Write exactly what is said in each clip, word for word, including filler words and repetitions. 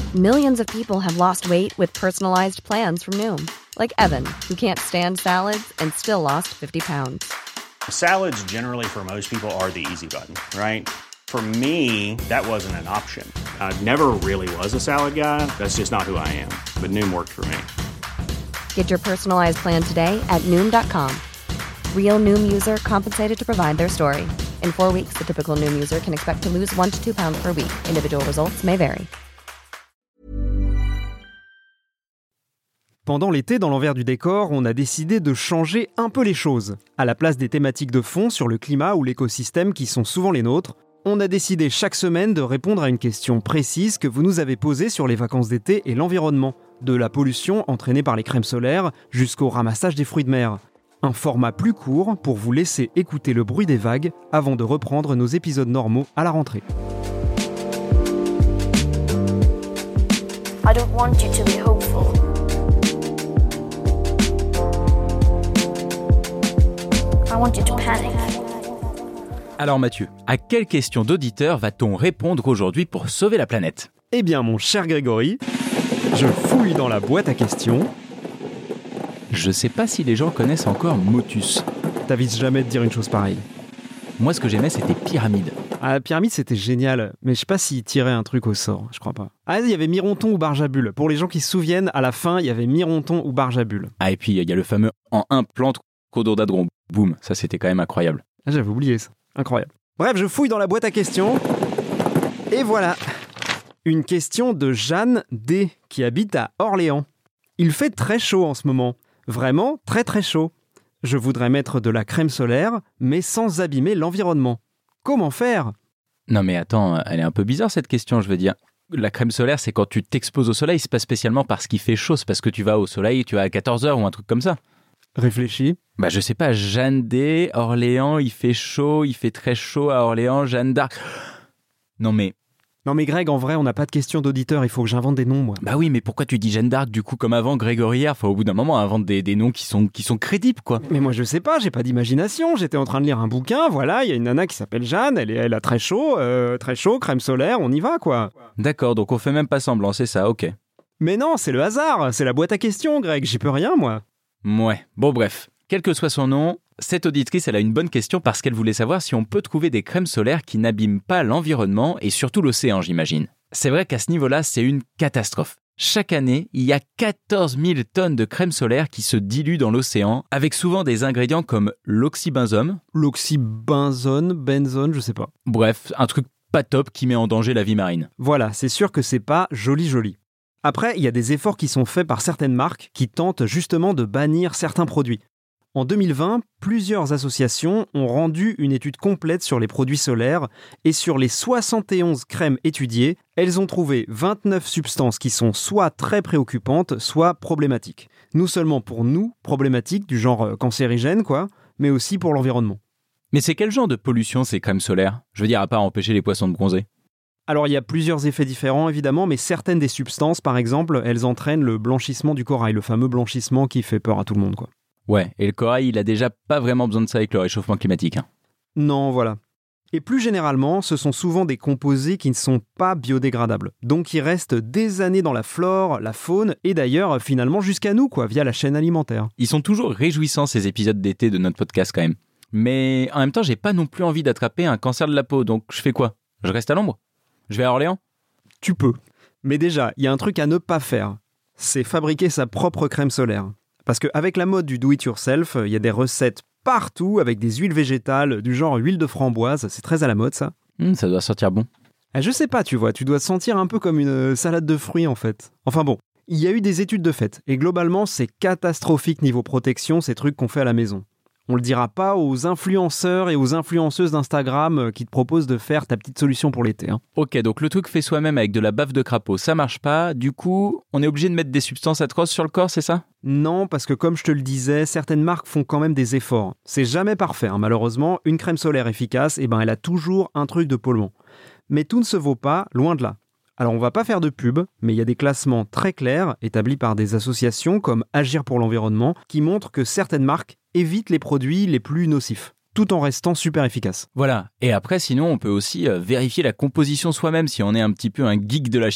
Millions of people have lost weight with personalized plans from Noom. Like Evan, who can't stand salads and still lost fifty pounds. Salads generally for most people are the easy button, right? For me, that wasn't an option. I never really was a salad guy. That's just not who I am. But Noom worked for me. Get your personalized plan today at Noom dot com. Real Noom user compensated to provide their story. In four weeks, the typical Noom user can expect to lose one to two pounds per week. Individual results may vary. Pendant l'été, dans l'envers du décor, on a décidé de changer un peu les choses. À la place des thématiques de fond sur le climat ou l'écosystème qui sont souvent les nôtres, on a décidé chaque semaine de répondre à une question précise que vous nous avez posée sur les vacances d'été et l'environnement, de la pollution entraînée par les crèmes solaires jusqu'au ramassage des fruits de mer. Un format plus court pour vous laisser écouter le bruit des vagues avant de reprendre nos épisodes normaux à la rentrée. I don't want you to be hopeful. I want you to panic. Alors Mathieu, à quelle question d'auditeur va-t-on répondre aujourd'hui pour sauver la planète ? Eh bien mon cher Grégory, je fouille dans la boîte à questions. Je sais pas si les gens connaissent encore Motus. T'avises jamais de dire une chose pareille. Moi ce que j'aimais c'était Pyramide. Ah, Pyramide c'était génial, mais je sais pas s'il tirait un truc au sort, je crois pas. Ah, il y avait Mironton ou Barjabul. Pour les gens qui se souviennent, à la fin, il y avait Mironton ou Barjabul. Ah et puis il y a le fameux en un plante rhododendron. Boum, ça c'était quand même incroyable. Ah, j'avais oublié ça. Incroyable. Bref, je fouille dans la boîte à questions. Et voilà. Une question de Jeanne D, qui habite à Orléans. Il fait très chaud en ce moment. Vraiment très très chaud. Je voudrais mettre de la crème solaire, mais sans abîmer l'environnement. Comment faire ? Non mais attends, elle est un peu bizarre cette question, je veux dire. La crème solaire, c'est quand tu t'exposes au soleil, c'est pas spécialement parce qu'il fait chaud, c'est parce que tu vas au soleil, tu vas à quatorze heures ou un truc comme ça. Réfléchis. Bah je sais pas, Jeanne D, Orléans, il fait chaud, il fait très chaud à Orléans, Jeanne d'Arc. Non mais... Non mais Greg, en vrai, on n'a pas de questions d'auditeurs, il faut que j'invente des noms, moi. Bah oui, mais pourquoi tu dis Jeanne d'Arc, du coup, comme avant, Grégory hier ? Enfin, au bout d'un moment, invente des, des noms qui sont, qui sont crédibles, quoi. Mais moi, je sais pas, j'ai pas d'imagination. J'étais en train de lire un bouquin, voilà, il y a une nana qui s'appelle Jeanne, elle, est, elle a très chaud, euh, très chaud, crème solaire, on y va, quoi. D'accord, donc on fait même pas semblant, c'est ça, ok. Mais non, c'est le hasard, c'est la boîte à questions, Greg, j'y peux rien, moi. Ouais, bon bref. Quel que soit son nom, cette auditrice, elle a une bonne question parce qu'elle voulait savoir si on peut trouver des crèmes solaires qui n'abîment pas l'environnement et surtout l'océan, j'imagine. C'est vrai qu'à ce niveau-là, c'est une catastrophe. Chaque année, il y a quatorze mille tonnes de crème solaire qui se diluent dans l'océan, avec souvent des ingrédients comme l'oxybenzone. L'oxybenzone, benzone, je sais pas. Bref, un truc pas top qui met en danger la vie marine. Voilà, c'est sûr que c'est pas joli joli. Après, il y a des efforts qui sont faits par certaines marques qui tentent justement de bannir certains produits. En deux mille vingt, plusieurs associations ont rendu une étude complète sur les produits solaires et sur les soixante et onze crèmes étudiées, elles ont trouvé vingt-neuf substances qui sont soit très préoccupantes, soit problématiques. Non seulement pour nous, problématiques du genre cancérigène, quoi, mais aussi pour l'environnement. Mais c'est quel genre de pollution ces crèmes solaires ? Je veux dire, à part empêcher les poissons de bronzer. Alors il y a plusieurs effets différents évidemment, mais certaines des substances, par exemple, elles entraînent le blanchissement du corail, le fameux blanchissement qui fait peur à tout le monde, quoi. Ouais, et le corail, il a déjà pas vraiment besoin de ça avec le réchauffement climatique. Hein. Non, voilà. Et plus généralement, ce sont souvent des composés qui ne sont pas biodégradables. Donc ils restent des années dans la flore, la faune, et d'ailleurs, finalement, jusqu'à nous, quoi, via la chaîne alimentaire. Ils sont toujours réjouissants, ces épisodes d'été de notre podcast, quand même. Mais en même temps, j'ai pas non plus envie d'attraper un cancer de la peau, donc je fais quoi ? Je reste à l'ombre ? Je vais à Orléans ? Tu peux. Mais déjà, il y a un truc à ne pas faire. C'est fabriquer sa propre crème solaire. Parce qu'avec la mode du do-it-yourself, il y a des recettes partout avec des huiles végétales, du genre huile de framboise, c'est très à la mode ça. Mmh, ça doit sentir bon. Ah, je sais pas, tu vois, tu dois te sentir un peu comme une salade de fruits en fait. Enfin bon, il y a eu des études de fait, et globalement c'est catastrophique niveau protection ces trucs qu'on fait à la maison. On le dira pas aux influenceurs et aux influenceuses d'Instagram qui te proposent de faire ta petite solution pour l'été. Hein. Ok, donc le truc fait soi-même avec de la bave de crapaud, ça marche pas. Du coup, on est obligé de mettre des substances atroces sur le corps, c'est ça ? Non, parce que comme je te le disais, certaines marques font quand même des efforts. C'est jamais parfait, hein, malheureusement. Une crème solaire efficace, eh ben, elle a toujours un truc de polluant. Mais tout ne se vaut pas, loin de là. Alors on va pas faire de pub, mais il y a des classements très clairs, établis par des associations comme Agir pour l'environnement, qui montrent que certaines marques évitent les produits les plus nocifs, tout en restant super efficaces. Voilà, et après sinon on peut aussi euh, vérifier la composition soi-même si on est un petit peu un geek de la chimie.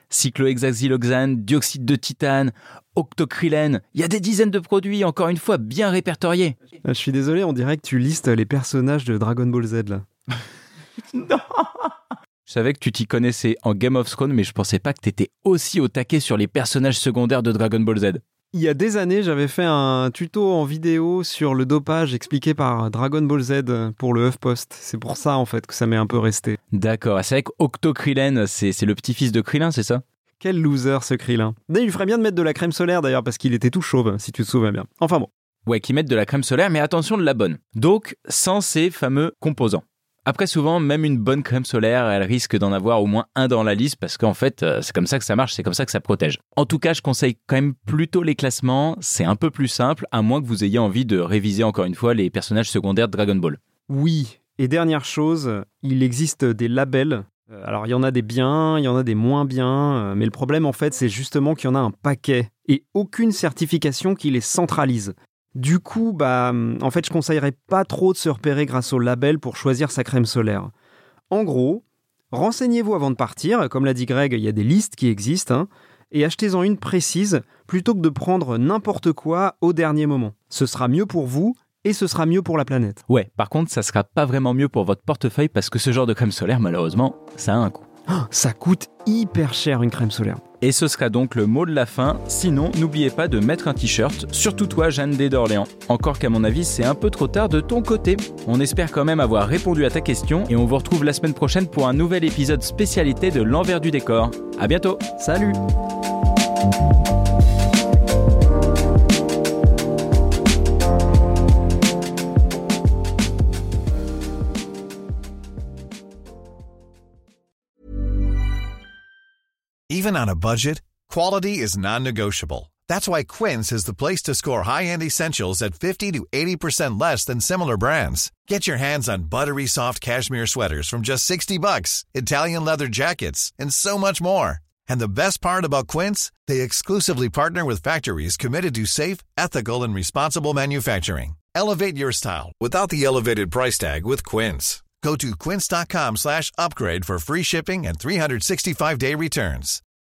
cyclohexaxyloxane, dioxyde de titane, octocrylène. Il y a des dizaines de produits, encore une fois, bien répertoriés. Je suis désolé, on dirait que tu listes les personnages de Dragon Ball Z, là. Non. Je savais que tu t'y connaissais en Game of Thrones, mais je pensais pas que t'étais aussi au taquet sur les personnages secondaires de Dragon Ball Z. Il y a des années, j'avais fait un tuto en vidéo sur le dopage expliqué par Dragon Ball Z pour le HuffPost. C'est pour ça, en fait, que ça m'est un peu resté. D'accord. C'est vrai qu'octocrylène, c'est, c'est le petit-fils de Krillin, c'est ça ? Quel loser, ce Krillin. Il lui ferait bien de mettre de la crème solaire, d'ailleurs, parce qu'il était tout chauve, si tu te souviens bien. Enfin bon. Ouais, qu'ils mettent de la crème solaire, mais attention, de la bonne. Donc, sans ces fameux composants. Après, souvent, même une bonne crème solaire, elle risque d'en avoir au moins un dans la liste parce qu'en fait, c'est comme ça que ça marche, c'est comme ça que ça protège. En tout cas, je conseille quand même plutôt les classements. C'est un peu plus simple, à moins que vous ayez envie de réviser encore une fois les personnages secondaires de Dragon Ball. Oui, et dernière chose, il existe des labels. Alors, il y en a des biens, il y en a des moins bien, mais le problème, en fait, c'est justement qu'il y en a un paquet et aucune certification qui les centralise. Du coup, bah, en fait, je conseillerais pas trop de se repérer grâce au label pour choisir sa crème solaire. En gros, renseignez-vous avant de partir. Comme l'a dit Greg, il y a des listes qui existent. Hein, et achetez-en une précise plutôt que de prendre n'importe quoi au dernier moment. Ce sera mieux pour vous et ce sera mieux pour la planète. Ouais, par contre, ça sera pas vraiment mieux pour votre portefeuille parce que ce genre de crème solaire, malheureusement, ça a un coût. Oh, ça coûte hyper cher une crème solaire. Et ce sera donc le mot de la fin. Sinon, n'oubliez pas de mettre un t-shirt, surtout toi, Jeanne D d'Orléans. Encore qu'à mon avis, c'est un peu trop tard de ton côté. On espère quand même avoir répondu à ta question et on vous retrouve la semaine prochaine pour un nouvel épisode spécialité de l'envers du décor. À bientôt. Salut. Even on a budget, quality is non-negotiable. That's why Quince is the place to score high-end essentials at fifty to eighty percent less than similar brands. Get your hands on buttery soft cashmere sweaters from just sixty bucks, Italian leather jackets, and so much more. And the best part about Quince, they exclusively partner with factories committed to safe, ethical, and responsible manufacturing. Elevate your style without the elevated price tag with Quince. Go to quince.com slash upgrade for free shipping and three sixty-five day returns.